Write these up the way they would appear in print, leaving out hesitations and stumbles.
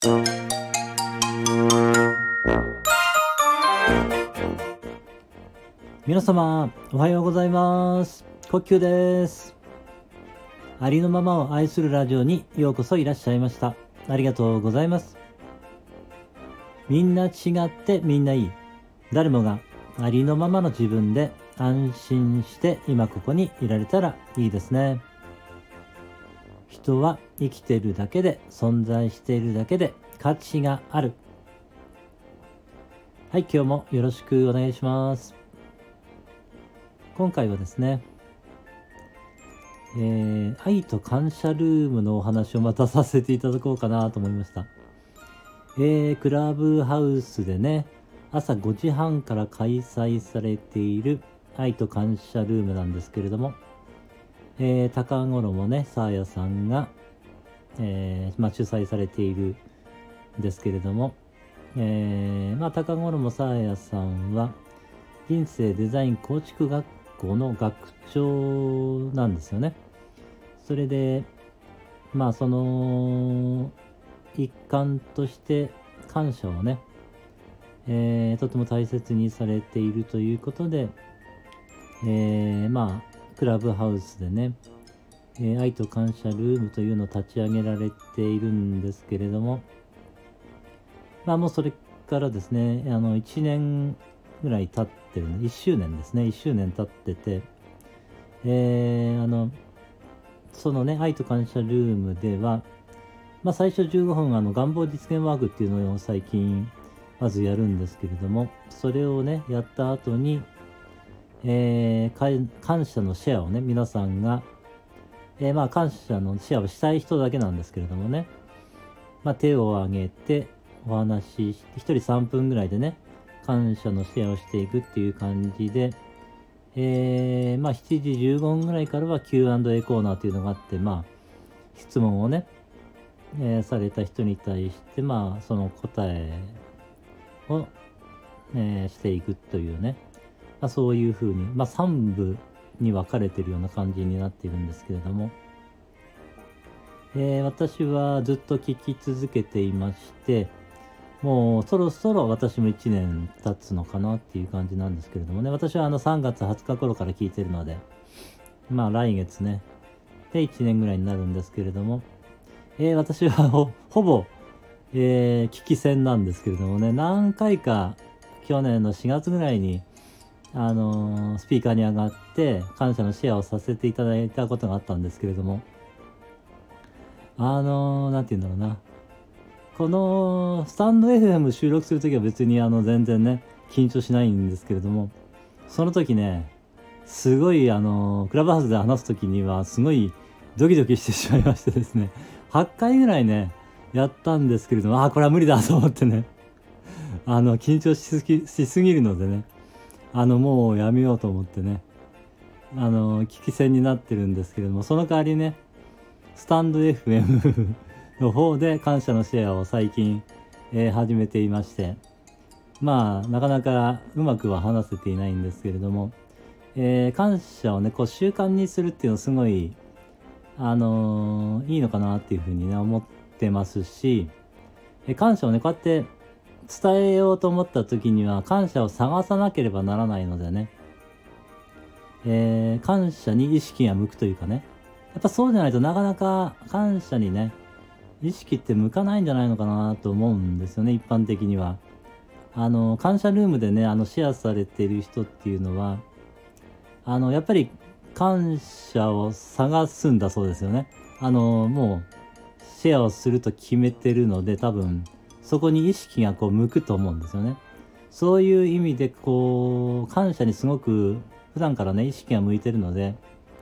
皆様おはようございます。呼吸です。ありのままを愛するラジオにようこそいらっしゃいました。ありがとうございます。みんな違ってみんないい。誰もがありのままの自分で安心して今ここにいられたらいいですね。人は生きているだけで、存在しているだけで価値がある。はい、今日もよろしくお願いします。今回はですね、愛と感謝ルームのお話をまたさせていただこうかなと思いました。クラブハウスでね、朝5時半から開催されている愛と感謝ルームなんですけれども、高頃もね、さあやさんが、主催されているんですけれども、高頃もさあやさんは人生デザイン構築学校の学長なんですよね。それでその一環として感謝をね、とても大切にされているということで、クラブハウスでね、愛と感謝ルームというのを立ち上げられているんですけれども、もうそれからですね、1年ぐらい経ってる1周年ですね、1周年経ってて、そのね、愛と感謝ルームでは、最初15分願望実現ワークっていうのを最近まずやるんですけれども、それをね、やった後に、感謝のシェアをね、皆さんが、感謝のシェアをしたい人だけなんですけれどもね、手を挙げてお話しして、1人3分ぐらいでね、感謝のシェアをしていくっていう感じで、7時15分ぐらいからは Q&A コーナーというのがあって、質問をね、された人に対して、その答えを、していくというね、そういうふうに、3部に分かれているような感じになっているんですけれども、私はずっと聞き続けていまして、もうそろそろ私も1年経つのかなっていう感じなんですけれどもね、私は3月20日頃から聞いてるので、来月ね、で1年ぐらいになるんですけれども、私はほぼ、聞き戦なんですけれどもね、何回か去年の4月ぐらいに、スピーカーに上がって感謝のシェアをさせていただいたことがあったんですけれども、なんて言うんだろうな、このスタンド FM 収録するときは別に全然ね、緊張しないんですけれども、その時ね、すごいクラブハウスで話す時にはすごいドキドキしてしまいましてですね、8回ぐらいね、やったんですけれども、これは無理だと思ってね、緊張しすぎるのでね、もうやめようと思ってね、聞き戦になってるんですけれども、その代わりね、スタンド FM の方で感謝のシェアを最近、始めていまして、なかなかうまくは話せていないんですけれども、感謝をね、習慣にするっていうのすごい、いいのかなっていうふうにね、思ってますし、感謝をね、こうやって伝えようと思った時には、感謝を探さなければならないのでね、感謝に意識が向くというかね、やっぱそうじゃないとなかなか感謝にね、意識って向かないんじゃないのかなと思うんですよね、一般的には。感謝ルームでね、シェアされている人っていうのは、やっぱり感謝を探すんだそうですよね。もう、シェアをすると決めてるので、多分、そこに意識が向くと思うんですよね。そういう意味で、感謝にすごく、普段からね、意識が向いてるので、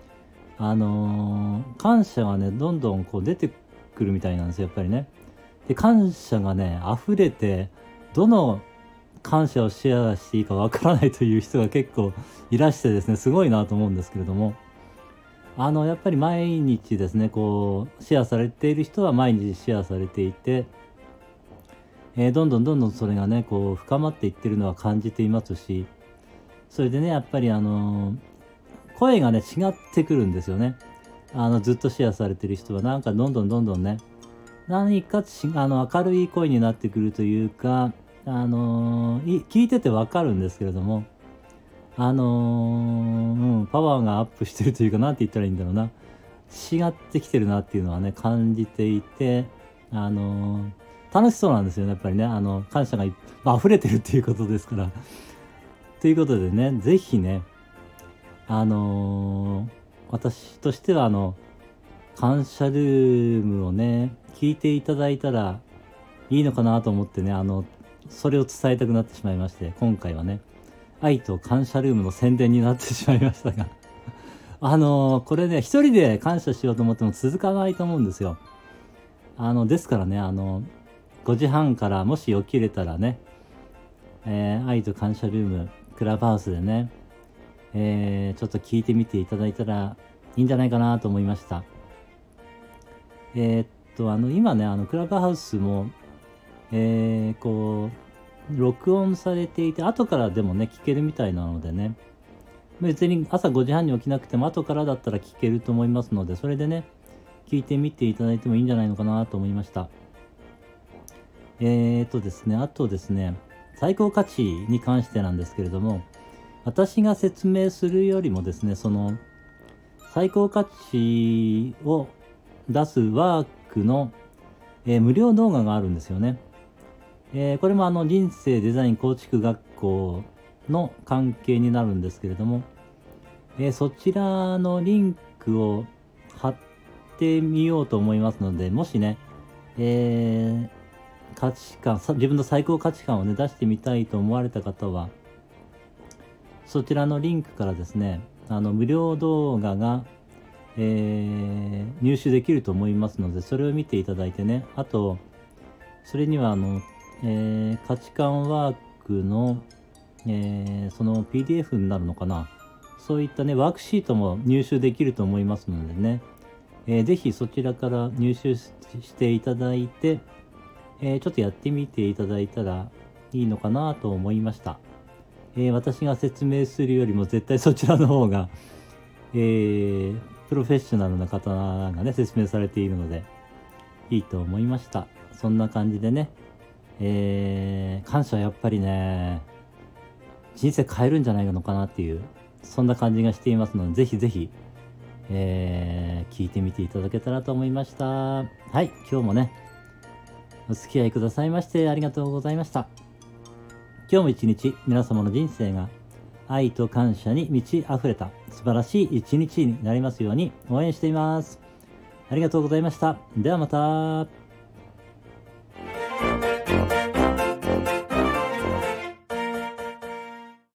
感謝がね、どんどん出てくるみたいなんですよ、やっぱりね。で、感謝がね、溢れて、どの感謝をシェアしていいかわからないという人が結構いらしてですね、すごいなと思うんですけれども、やっぱり毎日ですね、シェアされている人は毎日シェアされていて、どんどんそれがね、深まっていってるのは感じていますし、それでね、やっぱり声がね、違ってくるんですよね。ずっとシェアされてる人はなんかどんどんね、 何か明るい声になってくるというか、聞いててわかるんですけれども、パワーがアップしてるというか、なんて言ったらいいんだろうな。違ってきてるなっていうのはね、感じていて、楽しそうなんですよね、やっぱりね。感謝が溢れてるっていうことですから。ということでね、ぜひね、私としては感謝ルームをね、聞いていただいたらいいのかなと思ってね、それを伝えたくなってしまいまして、今回はね、愛と感謝ルームの宣伝になってしまいましたがこれね、一人で感謝しようと思っても続かないと思うんですよ。ですからね、5時半からもし起きれたらね、愛と感謝ルーム、クラブハウスでね、ちょっと聞いてみていただいたらいいんじゃないかなと思いました。今ね、クラブハウスも、録音されていて、後からでもね、聞けるみたいなのでね、別に朝5時半に起きなくても、後からだったら聞けると思いますので、それでね、聞いてみていただいてもいいんじゃないのかなと思いました。ですね、あとですね、最高価値に関してなんですけれども、私が説明するよりもですね、その、最高価値を出すワークの、無料動画があるんですよね。これも人生デザイン構築学校の関係になるんですけれども、そちらのリンクを貼ってみようと思いますので、もしね、価値観、自分の最高価値観をね、出してみたいと思われた方は、そちらのリンクからですね、無料動画が、入手できると思いますので、それを見ていただいてね、あと、それには価値観ワークの、その PDF になるのかな、そういったね、ワークシートも入手できると思いますのでね、ぜひそちらから入手していただいて、ちょっとやってみていただいたらいいのかなと思いました。私が説明するよりも絶対そちらの方が、プロフェッショナルな方がね、説明されているので、いいと思いました。そんな感じでね、感謝はやっぱりね、人生変えるんじゃないのかなっていう、そんな感じがしていますので、ぜひぜひ、聞いてみていただけたらと思いました。はい、今日もね、お付き合いくださいましてありがとうございました。今日も一日皆様の人生が愛と感謝に満ち溢れた素晴らしい一日になりますように応援しています。ありがとうございました。ではまた。